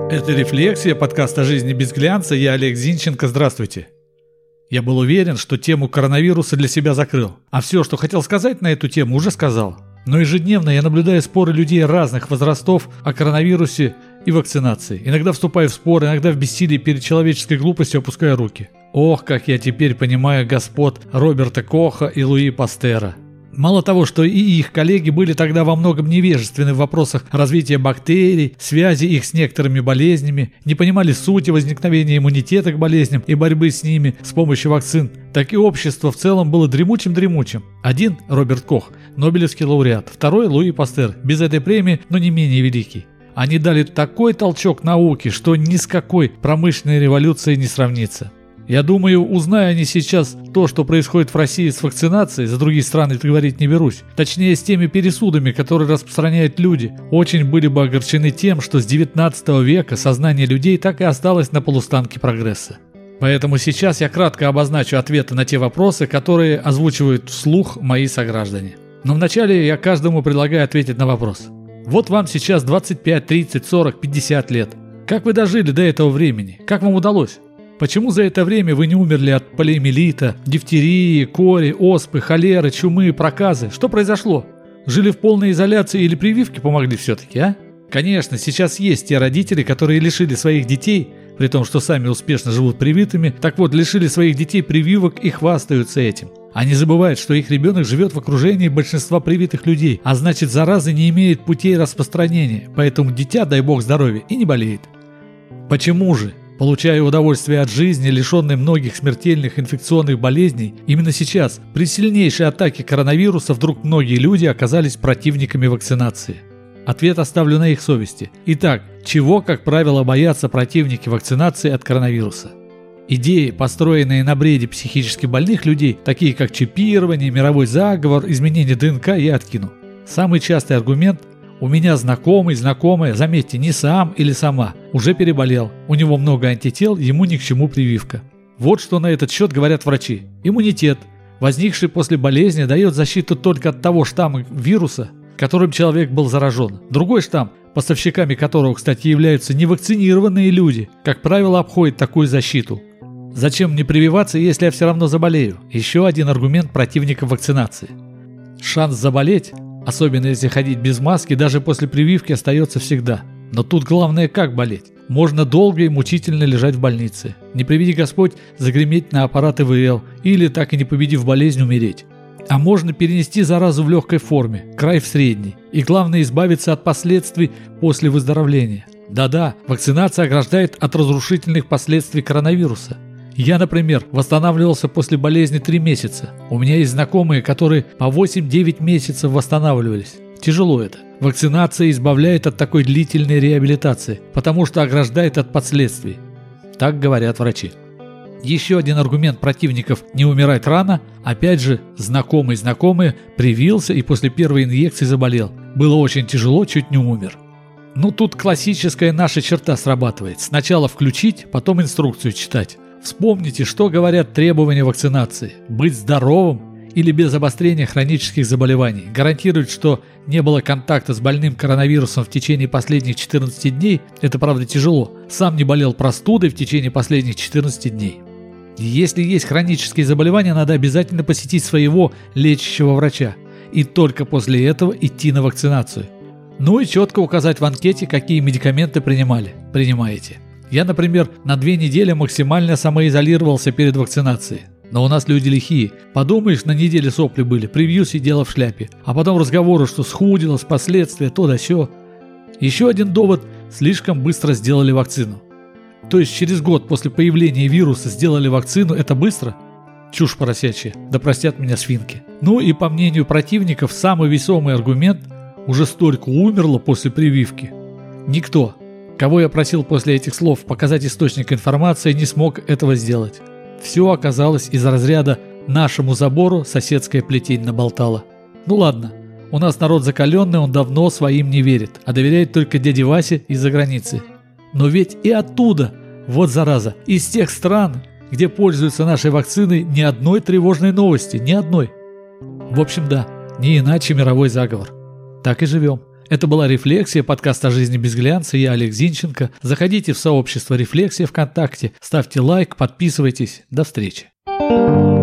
Это «Рефлексия», подкаст о жизни без глянца. Я Олег Зинченко. Здравствуйте. Я был уверен, что тему коронавируса для себя закрыл. А все, что хотел сказать на эту тему, уже сказал. Но ежедневно я наблюдаю споры людей разных возрастов о коронавирусе и вакцинации. Иногда вступаю в споры, иногда в бессилии перед человеческой глупостью опускаю руки. Ох, как я теперь понимаю господ Роберта Коха и Луи Пастера. Мало того, что и их коллеги были тогда во многом невежественны в вопросах развития бактерий, связи их с некоторыми болезнями, не понимали сути возникновения иммунитета к болезням и борьбы с ними с помощью вакцин, так и общество в целом было дремучим. Один, Роберт Кох, нобелевский лауреат, второй, Луи Пастер, без этой премии, но не менее великий. Они дали такой толчок науке, что ни с какой промышленной революцией не сравнится. Я думаю, узная они сейчас то, что происходит в России с вакцинацией, за другие страны говорить не берусь, точнее с теми пересудами, которые распространяют люди, очень были бы огорчены тем, что с 19 века сознание людей так и осталось на полустанке прогресса. Поэтому сейчас я кратко обозначу ответы на те вопросы, которые озвучивают вслух мои сограждане. Но вначале я каждому предлагаю ответить на вопрос. Вот вам сейчас 25, 30, 40, 50 лет. Как вы дожили до этого времени? Как вам удалось? Почему за это время вы не умерли от полиомиелита, дифтерии, кори, оспы, холеры, чумы, проказы? Что произошло? Жили в полной изоляции или прививки помогли все-таки, а? Конечно, сейчас есть те родители, которые лишили своих детей, при том, что сами успешно живут привитыми, так вот, лишили своих детей прививок и хвастаются этим. Они забывают, что их ребенок живет в окружении большинства привитых людей, а значит, зараза не имеет путей распространения, поэтому дитя, дай бог здоровья, и не болеет. Почему же? Получая удовольствие от жизни, лишенной многих смертельных инфекционных болезней, именно сейчас, при сильнейшей атаке коронавируса, вдруг многие люди оказались противниками вакцинации. Ответ оставлю на их совести. Итак, чего, как правило, боятся противники вакцинации от коронавируса? Идеи, построенные на бреде психически больных людей, такие как чипирование, мировой заговор, изменение ДНК, я откину. Самый частый аргумент – у меня знакомая, заметьте, не сам или сама, уже переболел. У него много антител, ему ни к чему прививка. Вот что на этот счет говорят врачи. Иммунитет, возникший после болезни, дает защиту только от того штамма вируса, которым человек был заражен. Другой штамм, поставщиками которого, кстати, являются невакцинированные люди, как правило, обходит такую защиту. Зачем мне прививаться, если я все равно заболею? Еще один аргумент противников вакцинации. Шанс заболеть, особенно если ходить без маски, даже после прививки остается всегда. Но тут главное, как болеть. Можно долго и мучительно лежать в больнице. Не приведи Господь загреметь на аппарат ИВЛ или, так и не победив болезнь, умереть. А можно перенести заразу в легкой форме, край в средней. И главное, избавиться от последствий после выздоровления. Да-да, вакцинация ограждает от разрушительных последствий коронавируса. Я, например, восстанавливался после болезни 3 месяца. У меня есть знакомые, которые по 8-9 месяцев восстанавливались. Тяжело это. Вакцинация избавляет от такой длительной реабилитации, потому что ограждает от последствий. Так говорят врачи. Еще один аргумент противников не умирать рано. Опять же, знакомый привился и после первой инъекции заболел. Было очень тяжело, чуть не умер. Ну тут классическая наша черта срабатывает. Сначала включить, потом инструкцию читать. Вспомните, что говорят требования вакцинации. Быть здоровым или без обострения хронических заболеваний. Гарантирует, что не было контакта с больным коронавирусом в течение последних 14 дней. Это, правда, тяжело. Сам не болел простудой в течение последних 14 дней. Если есть хронические заболевания, надо обязательно посетить своего лечащего врача. И только после этого идти на вакцинацию. Ну и четко указать в анкете, какие медикаменты принимаете. Я, например, на 2 недели максимально самоизолировался перед вакцинацией. Но у нас люди лихие. Подумаешь, на неделе сопли были, превью сидела в шляпе. А потом разговоры, что схудилось, последствия, то да сё. Еще один довод – слишком быстро сделали вакцину. То есть через год после появления вируса сделали вакцину – это быстро? Чушь поросячья, да простят меня свинки. Ну и по мнению противников, самый весомый аргумент – уже столько умерло после прививки. Никто, кого я просил после этих слов показать источник информации, не смог этого сделать. Все оказалось из разряда «нашему забору соседская плетень наболтала». Ну ладно, у нас народ закаленный, он давно своим не верит, а доверяет только дяде Васе из-за границы. Но ведь и оттуда, вот зараза, из тех стран, где пользуются нашей вакциной, ни одной тревожной новости, ни одной. В общем, да, не иначе мировой заговор. Так и живем. Это была «Рефлексия», подкаст о жизни без глянца. Я Олег Зинченко. Заходите в сообщество «Рефлексия» ВКонтакте, ставьте лайк, подписывайтесь. До встречи.